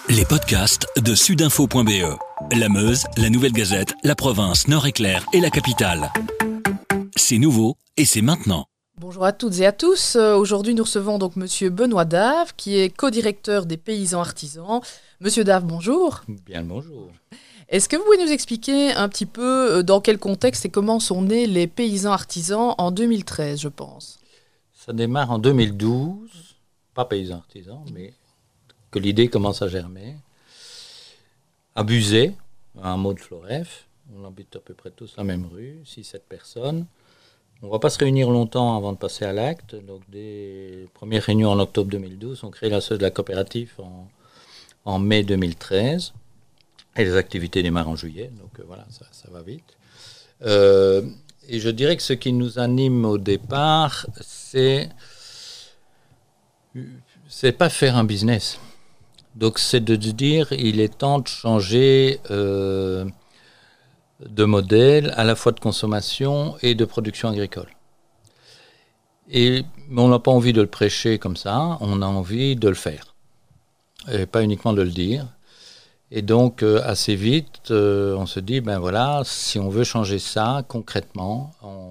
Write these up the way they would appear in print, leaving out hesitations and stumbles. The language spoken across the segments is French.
Les podcasts de sudinfo.be. La Meuse, la Nouvelle Gazette, la province, Nord-Éclair et la capitale. C'est nouveau et c'est maintenant. Bonjour à toutes et à tous. Aujourd'hui, nous recevons donc Monsieur Benoît Dave, qui est co-directeur des paysans artisans. Monsieur Dave, bonjour. Bien le bonjour. Est-ce que vous pouvez nous expliquer un petit peu dans quel contexte et comment sont nés les paysans artisans en 2013, je pense? Ça démarre en 2012, pas paysans artisans, mais que l'idée commence à germer. À Buzet, un hameau de Floref, on habite à peu près tous la même rue, 6-7 personnes. On ne va pas se réunir longtemps avant de passer à l'acte. Donc, des premières réunions en octobre 2012, on crée la coopérative en mai 2013. Et les activités démarrent en juillet. Donc, voilà, ça va vite. Et je dirais que ce qui nous anime au départ, c'est pas faire un business. Donc, c'est de dire il est temps de changer de modèle, à la fois de consommation et de production agricole. Mais on n'a pas envie de le prêcher comme ça, on a envie de le faire. Et pas uniquement de le dire. Et donc, assez vite, on se dit, ben voilà, si on veut changer ça concrètement,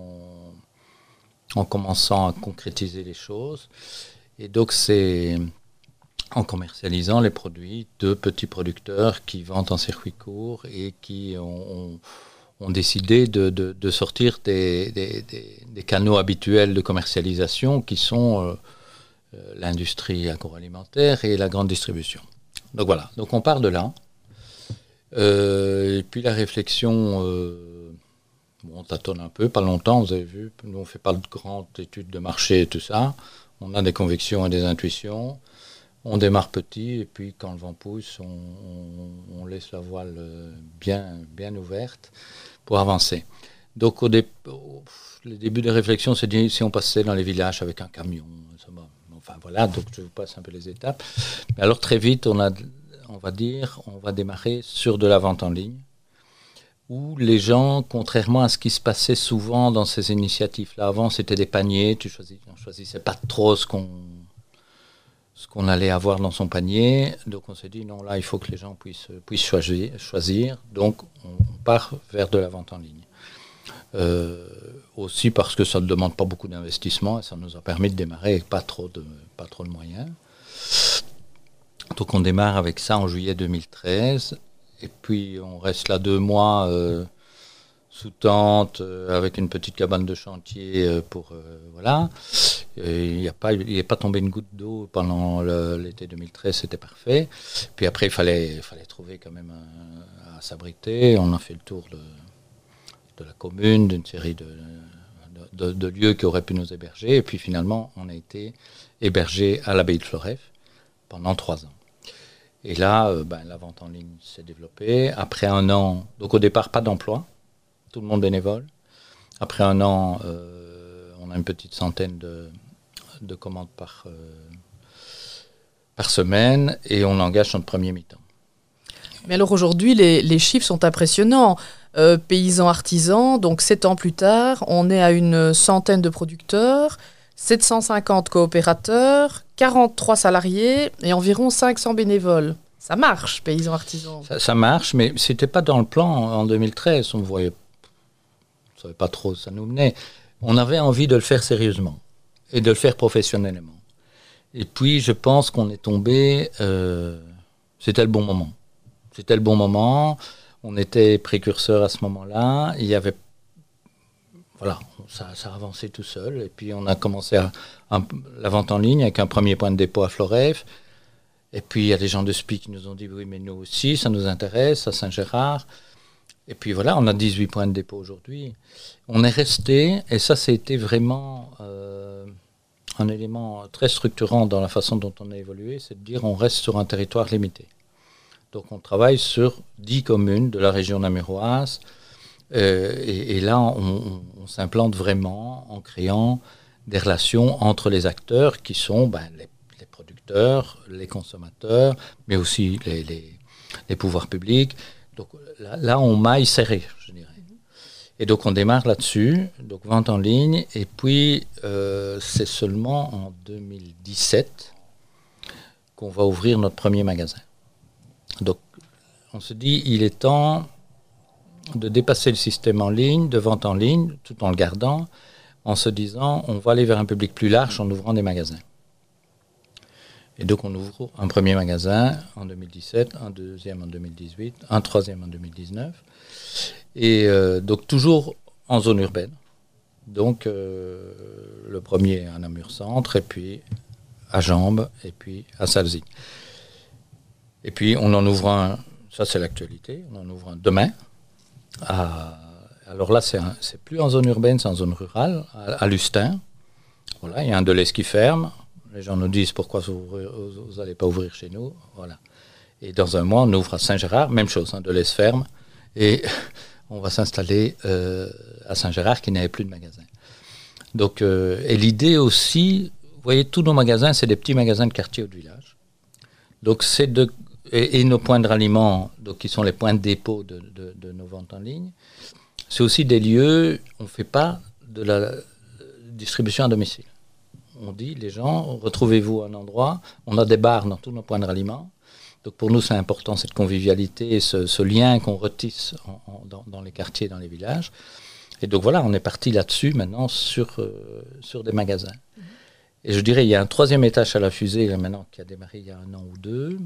en commençant à concrétiser les choses, et donc c'est en commercialisant les produits de petits producteurs qui vendent en circuit court et qui ont décidé de sortir des canaux habituels de commercialisation qui sont l'industrie agroalimentaire et la grande distribution. Donc voilà, donc on part de là. Et puis la réflexion, on tâtonne un peu, pas longtemps, vous avez vu, nous on ne fait pas de grandes études de marché et tout ça, on a des convictions et des intuitions, on démarre petit et puis quand le vent pousse, on laisse la voile bien ouverte pour avancer. Donc le début des réflexions, c'est dit si on passait dans les villages avec un camion, enfin voilà, donc je vous passe un peu les étapes. Mais alors très vite, on va démarrer sur de la vente en ligne, où les gens, contrairement à ce qui se passait souvent dans ces initiatives-là, avant c'était des paniers, on choisissait pas trop ce qu'on allait avoir dans son panier, donc on s'est dit non, là il faut que les gens puissent choisir, donc on part vers de la vente en ligne. Aussi parce que ça ne demande pas beaucoup d'investissement et ça nous a permis de démarrer avec pas trop de moyens. Donc on démarre avec ça en juillet 2013 et puis on reste là 2 mois sous tente avec une petite cabane de chantier voilà. Il n'est pas tombé une goutte d'eau pendant l'été 2013, c'était parfait. Puis après il fallait trouver quand même à s'abriter. On a fait le tour de la commune, d'une série de lieux qui auraient pu nous héberger. Et puis finalement, on a été hébergé à l'abbaye de Floref pendant 3 ans. Et là, la vente en ligne s'est développée. Après 1 an, donc au départ, pas d'emploi, tout le monde bénévole. Après 1 an, on a une petite centaine de commandes par semaine et on engage notre premier mi-temps. Mais alors aujourd'hui, les chiffres sont impressionnants. Paysans artisans, donc 7 ans plus tard, on est à une centaine de producteurs, 750 coopérateurs, 43 salariés et environ 500 bénévoles. Ça marche, paysans artisans. Ça marche, mais ce n'était pas dans le plan en 2013. On ne savait pas trop où ça nous menait. On avait envie de le faire sérieusement et de le faire professionnellement. Et puis, je pense qu'on est tombé... c'était le bon moment. C'était le bon moment. On était précurseurs à ce moment-là. Il y avait... Voilà, ça avançait tout seul. Et puis, on a commencé la vente en ligne avec un premier point de dépôt à Floref. Et puis, il y a des gens de SPI qui nous ont dit, oui, mais nous aussi, ça nous intéresse, à Saint-Gérard. Et puis, voilà, on a 18 points de dépôt aujourd'hui. On est resté, et ça, c'était vraiment un élément très structurant dans la façon dont on a évolué, c'est de dire on reste sur un territoire limité. Donc, on travaille sur 10 communes de la région namuroise. Et là, on s'implante vraiment en créant des relations entre les acteurs qui sont les producteurs, les consommateurs, mais aussi les pouvoirs publics. Donc là, on maille serré, je dirais. Et donc, on démarre là-dessus, donc vente en ligne. Et puis, c'est seulement en 2017 qu'on va ouvrir notre premier magasin. Donc, on se dit, il est temps de dépasser le système en ligne, de vente en ligne, tout en le gardant, en se disant, on va aller vers un public plus large en ouvrant des magasins. Et donc, on ouvre un premier magasin en 2017, un deuxième en 2018, un troisième en 2019. Et donc, toujours en zone urbaine. Donc, le premier à Namur-Centre, et puis à Jambes, et puis à Salzy. Et puis, on en ouvre un, ça c'est l'actualité, on en ouvre un demain. Alors là, c'est plus en zone urbaine, c'est en zone rurale, à Lustin. Voilà, il y a un Deleuze qui ferme. Les gens nous disent pourquoi vous n'allez pas ouvrir chez nous. Voilà. Et dans un mois, on ouvre à Saint-Gérard, même chose, un Deleuze ferme. Et on va s'installer à Saint-Gérard qui n'avait plus de magasin. Donc, et l'idée aussi, vous voyez, tous nos magasins, c'est des petits magasins de quartier ou de village. Donc, c'est et nos points de ralliement, donc, qui sont les points de dépôt de nos ventes en ligne, c'est aussi des lieux, on ne fait pas de la distribution à domicile. On dit, les gens, retrouvez-vous à un endroit, on a des bars dans tous nos points de ralliement. Donc pour nous, c'est important, cette convivialité et ce lien qu'on retisse dans les quartiers, dans les villages. Et donc voilà, on est parti là-dessus maintenant sur des magasins. Et je dirais, il y a un troisième étage à la fusée, là, maintenant, qui a démarré il y a 1 an ou 2,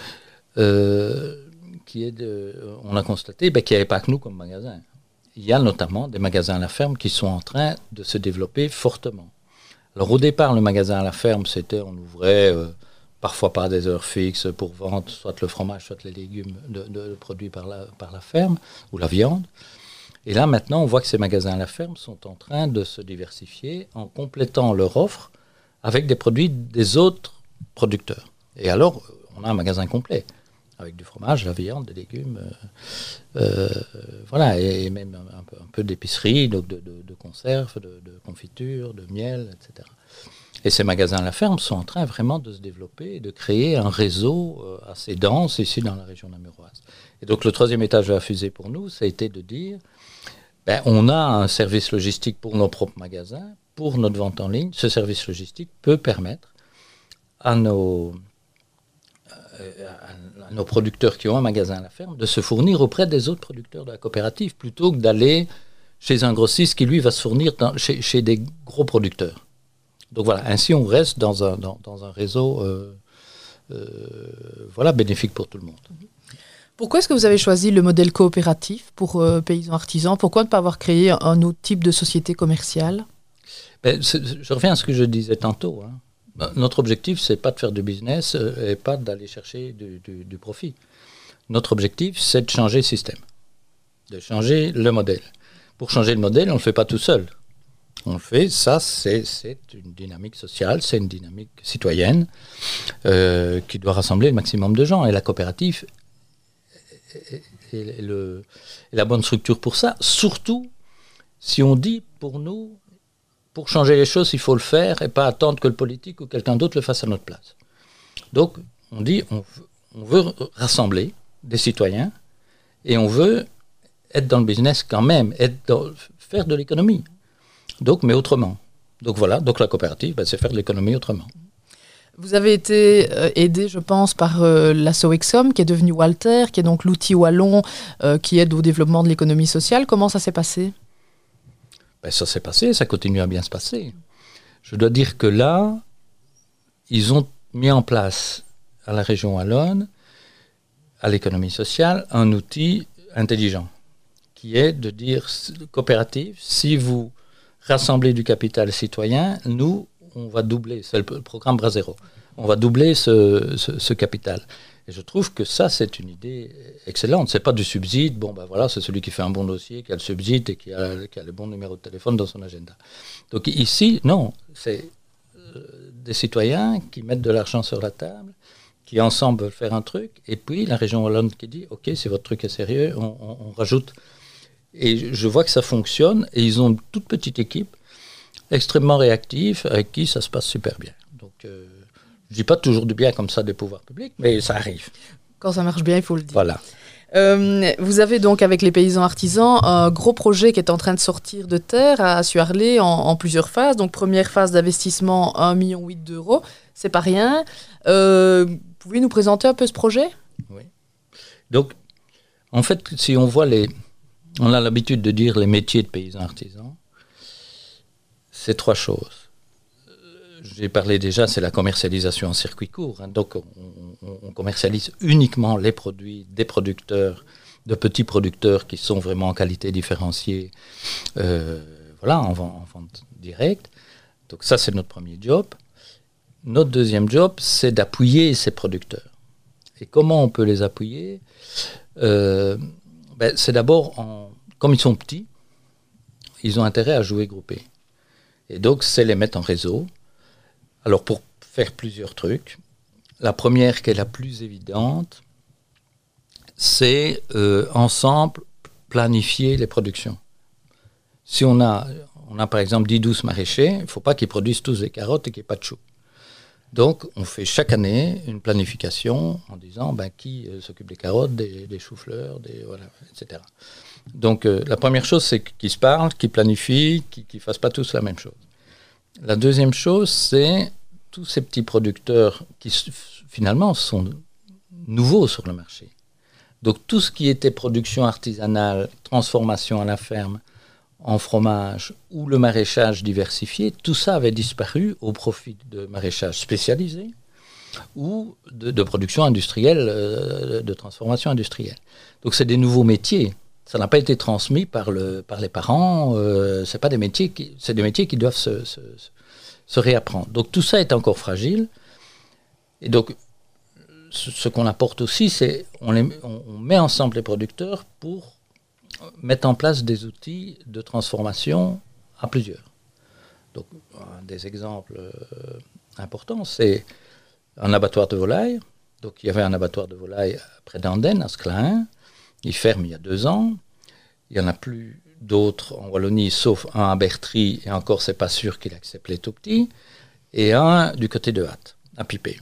on a constaté qu'il n'y avait pas que nous comme magasin. Il y a notamment des magasins à la ferme qui sont en train de se développer fortement. Alors au départ, le magasin à la ferme, c'était, on ouvrait parfois pas des heures fixes pour vendre soit le fromage, soit les légumes produits par la ferme, ou la viande. Et là, maintenant, on voit que ces magasins à la ferme sont en train de se diversifier en complétant leur offre avec des produits des autres producteurs. Et alors, on a un magasin complet, avec du fromage, de la viande, des légumes, voilà, et même un peu d'épicerie, donc de conserves, de confitures, de miel, etc. Et ces magasins à la ferme sont en train vraiment de se développer et de créer un réseau assez dense ici dans la région namuroise. Et donc le troisième étage de la fusée pour nous, ça a été de dire, on a un service logistique pour nos propres magasins, pour notre vente en ligne. Ce service logistique peut permettre à nos producteurs qui ont un magasin à la ferme de se fournir auprès des autres producteurs de la coopérative plutôt que d'aller chez un grossiste qui lui va se fournir chez des gros producteurs. Donc voilà, ainsi on reste dans un réseau bénéfique pour tout le monde. Pourquoi est-ce que vous avez choisi le modèle coopératif pour paysans artisans ? Pourquoi ne pas avoir créé un autre type de société commerciale ? Je reviens à ce que je disais tantôt. Notre objectif, c'est pas de faire du business et pas d'aller chercher du profit. Notre objectif, c'est de changer le système, de changer le modèle. Pour changer le modèle, on ne le fait pas tout seul. On le fait, ça, c'est une dynamique sociale, c'est une dynamique citoyenne qui doit rassembler le maximum de gens. Et la coopérative est la bonne structure pour ça. Surtout, si on dit, pour nous, pour changer les choses, il faut le faire et pas attendre que le politique ou quelqu'un d'autre le fasse à notre place. Donc, on dit, on veut rassembler des citoyens et on veut être dans le business quand même, faire de l'économie. Donc, mais autrement. Donc voilà, donc la coopérative, c'est faire de l'économie autrement. Vous avez été aidé, je pense, par l'asso Exom, qui est devenu Walter, qui est donc l'outil wallon qui aide au développement de l'économie sociale. Comment ça s'est passé ? Ça s'est passé, ça continue à bien se passer. Je dois dire que là, ils ont mis en place à la région wallonne, à l'économie sociale, un outil intelligent, qui est de dire, coopérative, si vous rassemblez du capital citoyen, nous, on va doubler, c'est le programme Bras Zéro, on va doubler ce capital. Et je trouve que ça, c'est une idée excellente. C'est pas du subside. C'est celui qui fait un bon dossier, qui a le subside et qui a le bon numéro de téléphone dans son agenda. Donc ici, non, c'est des citoyens qui mettent de l'argent sur la table, qui ensemble veulent faire un truc, et puis la région wallonne qui dit, ok, si votre truc est sérieux, on rajoute. Et je vois que ça fonctionne, et ils ont une toute petite équipe, extrêmement réactive, avec qui ça se passe super bien. Donc, je ne dis pas toujours du bien comme ça des pouvoirs publics, mais ça arrive. Quand ça marche bien, il faut le dire. Voilà. Vous avez donc, avec les paysans artisans, un gros projet qui est en train de sortir de terre à Suarlé en plusieurs phases. Donc, première phase d'investissement, 1,8 million d'euros. C'est pas rien. Pouvez-vous nous présenter un peu ce projet ? Oui. Donc, en fait, si on voit on a l'habitude de dire les métiers de paysans artisans, c'est 3 choses. J'ai parlé déjà, c'est la commercialisation en circuit court. Hein. Donc, on commercialise uniquement les produits des producteurs, de petits producteurs qui sont vraiment en qualité différenciée, en vente directe. Donc ça, c'est notre premier job. Notre deuxième job, c'est d'appuyer ces producteurs. Et comment on peut les appuyer ? C'est d'abord, comme ils sont petits, ils ont intérêt à jouer groupé. Et donc, c'est les mettre en réseau. Alors, pour faire plusieurs trucs, la première qui est la plus évidente, c'est ensemble planifier les productions. Si on a par exemple 10-12 maraîchers, il ne faut pas qu'ils produisent tous des carottes et qu'il n'y ait pas de choux. Donc, on fait chaque année une planification en disant qui s'occupe des carottes, des choux-fleurs, etc. Donc, la première chose, c'est qu'ils se parlent, qu'ils planifient, qu'ils ne fassent pas tous la même chose. La deuxième chose, c'est tous ces petits producteurs qui, finalement, sont nouveaux sur le marché. Donc, tout ce qui était production artisanale, transformation à la ferme, en fromage ou le maraîchage diversifié, tout ça avait disparu au profit de maraîchage spécialisé ou de production industrielle, de transformation industrielle. Donc c'est des nouveaux métiers. Ça n'a pas été transmis par les parents. C'est des métiers qui doivent se réapprendre. Donc tout ça est encore fragile. Et donc ce qu'on apporte aussi, c'est on met ensemble les producteurs pour mettre en place des outils de transformation à plusieurs. Donc, des exemples importants, c'est un abattoir de volailles. Donc, il y avait un abattoir de volailles près d'Andenne, à Sclain. Il ferme il y a 2 ans. Il n'y en a plus d'autres en Wallonie, sauf un à Bertry, et encore, c'est pas sûr qu'il accepte les tout petits, et un du côté de Hatt, à Pipé.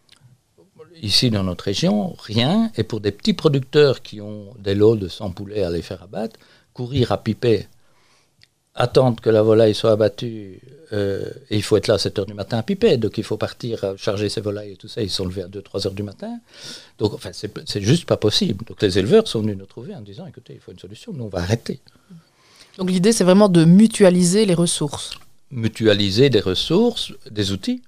Ici, dans notre région, rien. Et pour des petits producteurs qui ont des lots de 100 poulets à les faire abattre, courir à Pipé, attendre que la volaille soit abattue, et il faut être là à 7 h du matin à Pipé, donc il faut partir charger ses volailles et tout ça, ils sont levés à 2-3 h du matin. Donc, enfin, c'est juste pas possible. Donc, les éleveurs sont venus nous trouver en disant, écoutez, il faut une solution, nous, on va arrêter. Donc, l'idée, c'est vraiment de mutualiser les ressources. Mutualiser des ressources, des outils.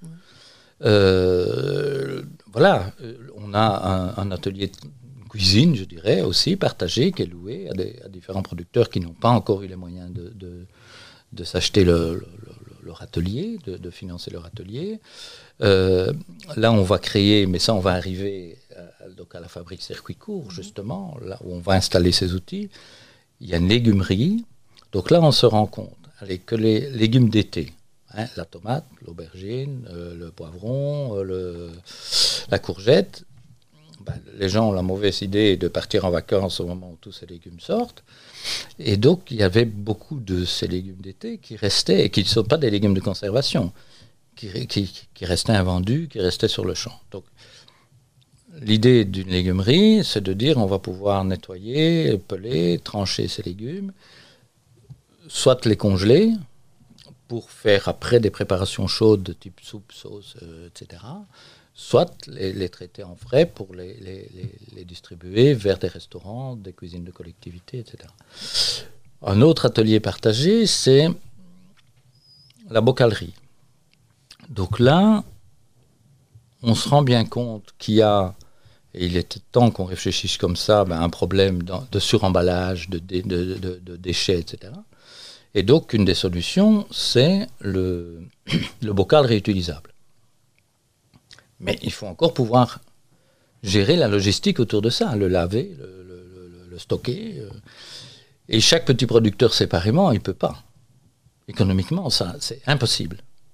On a un atelier de cuisine, je dirais, aussi partagé, qui est loué à différents producteurs qui n'ont pas encore eu les moyens de s'acheter leur atelier, de financer leur atelier. Là, on va créer, mais ça, on va arriver à la fabrique circuit court, justement, là où on va installer ces outils. Il y a une légumerie. Donc là, on se rend compte que les légumes d'été, la tomate, l'aubergine, le poivron, la courgette, les gens ont la mauvaise idée de partir en vacances au moment où tous ces légumes sortent. Et donc, il y avait beaucoup de ces légumes d'été qui restaient, et qui ne sont pas des légumes de conservation, qui restaient invendus, qui restaient sur le champ. Donc, l'idée d'une légumerie, c'est de dire on va pouvoir nettoyer, peler, trancher ces légumes, soit les congeler, pour faire après des préparations chaudes de type soupe, sauce, etc. Soit les traiter en frais pour les distribuer vers des restaurants, des cuisines de collectivité, etc. Un autre atelier partagé, c'est la bocalerie. Donc là, on se rend bien compte qu'il y a, et il était temps qu'on réfléchisse comme ça, un problème de suremballage, de déchets, etc. Et donc, une des solutions, c'est le bocal réutilisable. Mais il faut encore pouvoir gérer la logistique autour de ça, le laver, le stocker. Et chaque petit producteur séparément, il ne peut pas. Économiquement, ça, c'est impossible.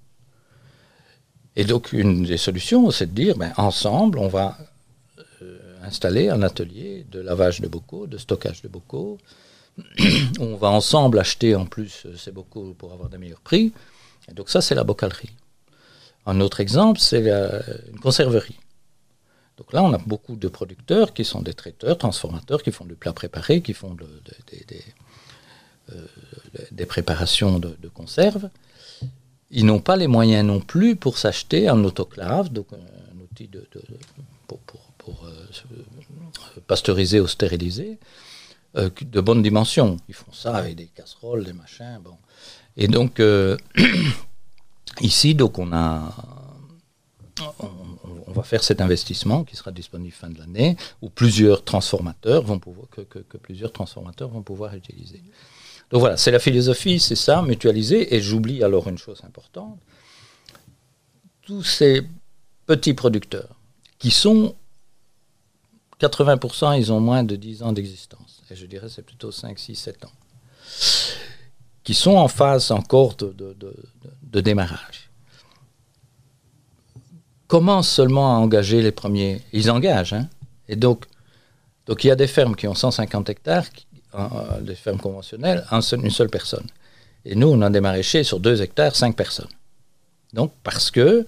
Et donc, une des solutions, c'est de dire, ensemble, on va installer un atelier de lavage de bocaux, de stockage de bocaux. On va ensemble acheter en plus ces bocaux pour avoir des meilleurs prix. Et donc ça, c'est la bocalerie. Un autre exemple, c'est une conserverie. Donc là, on a beaucoup de producteurs qui sont des traiteurs, transformateurs, qui font du plat préparé, qui font des préparations de conserve. Ils n'ont pas les moyens non plus pour s'acheter un autoclave, donc un outil pour pasteurisés ou stérilisés, de bonne dimension. Ils font ça avec des casseroles, des machins. Bon. Et donc, ici, donc on va faire cet investissement qui sera disponible fin de l'année, où plusieurs transformateurs vont pouvoir, que plusieurs transformateurs vont pouvoir utiliser. Donc voilà, c'est la philosophie, c'est ça, mutualiser. Et j'oublie alors une chose importante. Tous ces petits producteurs qui sont 80%, ils ont moins de 10 ans d'existence. Et je dirais c'est plutôt 5, 6, 7 ans. Qui sont en phase encore de démarrage. Commencent seulement à engager les premiers. Ils engagent. Hein. Et donc, il y a des fermes qui ont 150 hectares, des fermes conventionnelles, une seule personne. Et nous, on a des maraîchers sur 2 hectares, 5 personnes. Donc, parce que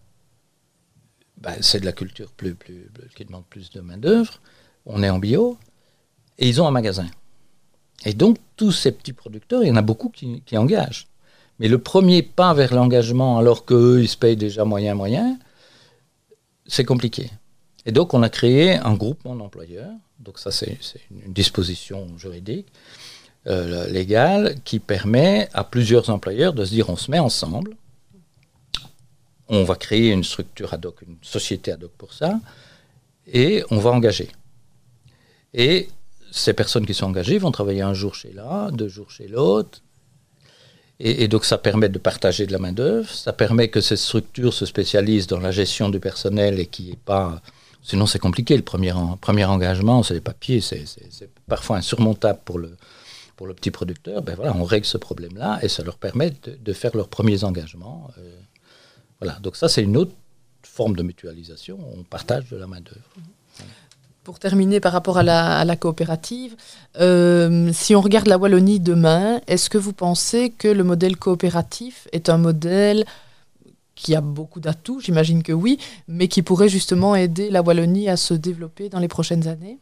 c'est de la culture qui demande plus de main-d'œuvre, on est en bio, et ils ont un magasin. Et donc, tous ces petits producteurs, il y en a beaucoup qui engagent. Mais le premier pas vers l'engagement, alors qu'eux, ils se payent déjà moyen, c'est compliqué. Et donc, on a créé un groupement d'employeurs. Donc, ça, c'est une disposition juridique, légale, qui permet à plusieurs employeurs de se dire, on se met ensemble, on va créer une structure ad hoc, une société ad hoc pour ça, et on va engager. Et ces personnes qui sont engagées vont travailler un jour chez l'un, 2 jours chez l'autre, et donc ça permet de partager de la main-d'œuvre, ça permet que ces structures se spécialisent dans la gestion du personnel et qui est pas... Sinon c'est compliqué, le premier engagement, c'est les papiers, c'est parfois insurmontable pour le petit producteur. Ben voilà, on règle ce problème-là et ça leur permet de faire leurs premiers engagements. Voilà, donc ça c'est une autre forme de mutualisation, on partage de la main-d'œuvre. Pour terminer par rapport à la coopérative, si on regarde la Wallonie demain, est-ce que vous pensez que le modèle coopératif est un modèle qui a beaucoup d'atouts, j'imagine que oui, mais qui pourrait justement aider la Wallonie à se développer dans les prochaines années?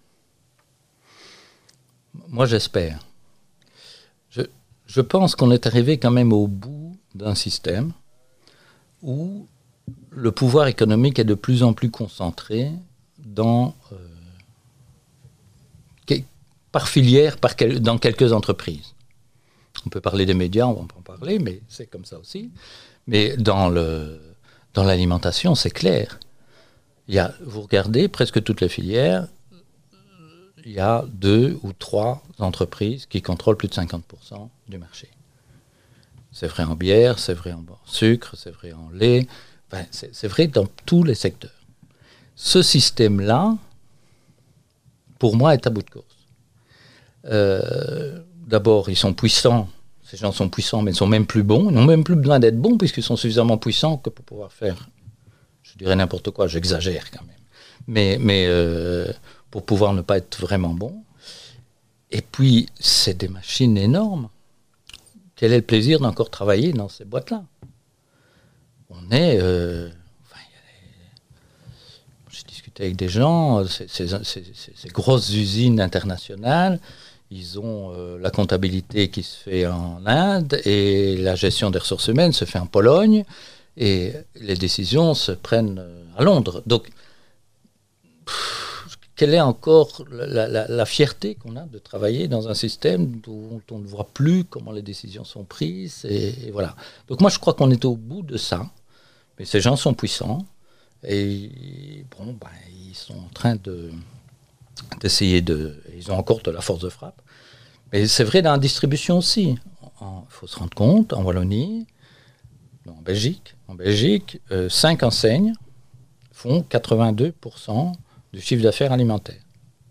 Moi j'espère. Je pense qu'on est arrivé quand même au bout d'un système où le pouvoir économique est de plus en plus concentré par filière, dans quelques entreprises. On peut parler des médias, on va en parler, mais c'est comme ça aussi. Mais dans l'alimentation, c'est clair. Vous regardez presque toutes les filières, il y a 2 ou 3 entreprises qui contrôlent plus de 50% du marché. C'est vrai en bière, c'est vrai en sucre, c'est vrai en lait, c'est vrai dans tous les secteurs. Ce système-là, pour moi, est à bout de course. D'abord, ils sont puissants. Ces gens sont puissants, mais ils sont même plus bons. Ils n'ont même plus besoin d'être bons puisqu'ils sont suffisamment puissants que pour pouvoir faire, je dirais n'importe quoi, j'exagère quand même. Mais pour pouvoir ne pas être vraiment bons. Et puis, c'est des machines énormes. Quel est le plaisir d'encore travailler dans ces boîtes-là? On est... j'ai discuté avec des gens, ces grosses usines internationales, ils ont la comptabilité qui se fait en Inde et la gestion des ressources humaines se fait en Pologne et les décisions se prennent à Londres. Donc, quelle est encore la fierté qu'on a de travailler dans un système dont on ne voit plus comment les décisions sont prises et voilà. Donc moi je crois qu'on est au bout de ça, mais ces gens sont puissants et bon, ils sont en train d'essayer ils ont encore de la force de frappe. Mais c'est vrai dans la distribution aussi. Il faut se rendre compte, en Wallonie, en Belgique, 5 enseignes font 82% du chiffre d'affaires alimentaire.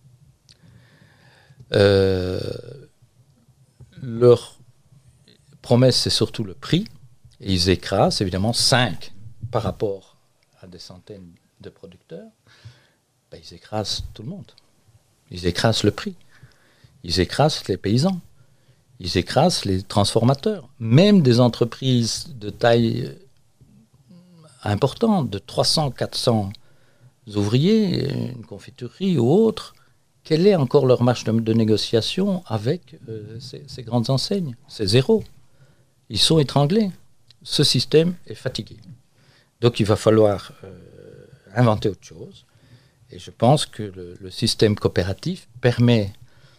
Leur promesse, c'est surtout le prix. Et ils écrasent, évidemment, 5 par rapport à des centaines de producteurs. Ils écrasent tout le monde. Ils écrasent le prix. Ils écrasent les paysans. Ils écrasent les transformateurs. Même des entreprises de taille importante, de 300, 400 ouvriers, une confiturerie ou autre, quelle est encore leur marge de négociation avec ces grandes enseignes? C'est zéro. Ils sont étranglés. Ce système est fatigué. Donc il va falloir inventer autre chose. Et je pense que le système coopératif permet,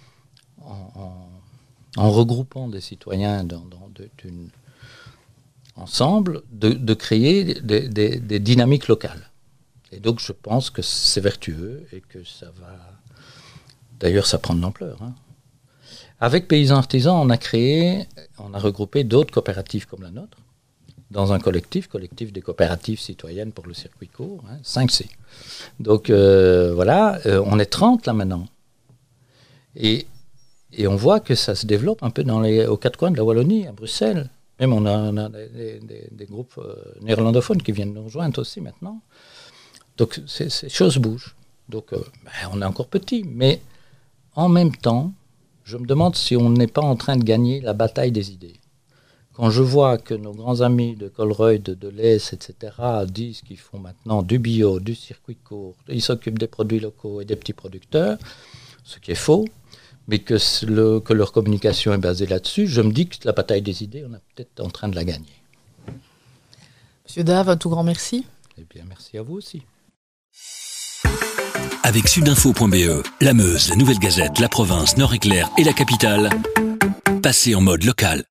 en regroupant des citoyens ensemble, de créer des dynamiques locales. Et donc je pense que c'est vertueux et que ça va... D'ailleurs, ça prend de l'ampleur. Avec Paysans Artisans, on a regroupé d'autres coopératives comme la nôtre, dans un collectif des coopératives citoyennes pour le circuit court, 5C. Donc on est 30 là maintenant. Et on voit que ça se développe un peu aux quatre coins de la Wallonie, à Bruxelles. Même on a des groupes néerlandophones qui viennent nous rejoindre aussi maintenant. Donc ces choses bougent. Donc on est encore petit, mais en même temps, je me demande si on n'est pas en train de gagner la bataille des idées. Quand je vois que nos grands amis de Colruyt, de Deleuze, etc., disent qu'ils font maintenant du bio, du circuit court, ils s'occupent des produits locaux et des petits producteurs, ce qui est faux, mais que leur communication est basée là-dessus, je me dis que la bataille des idées, on est peut-être en train de la gagner. Monsieur Dave, un tout grand merci. Eh bien, merci à vous aussi. Avec sudinfo.be, la Meuse, la Nouvelle Gazette, la province, Nord-Éclair et la capitale, passez en mode local.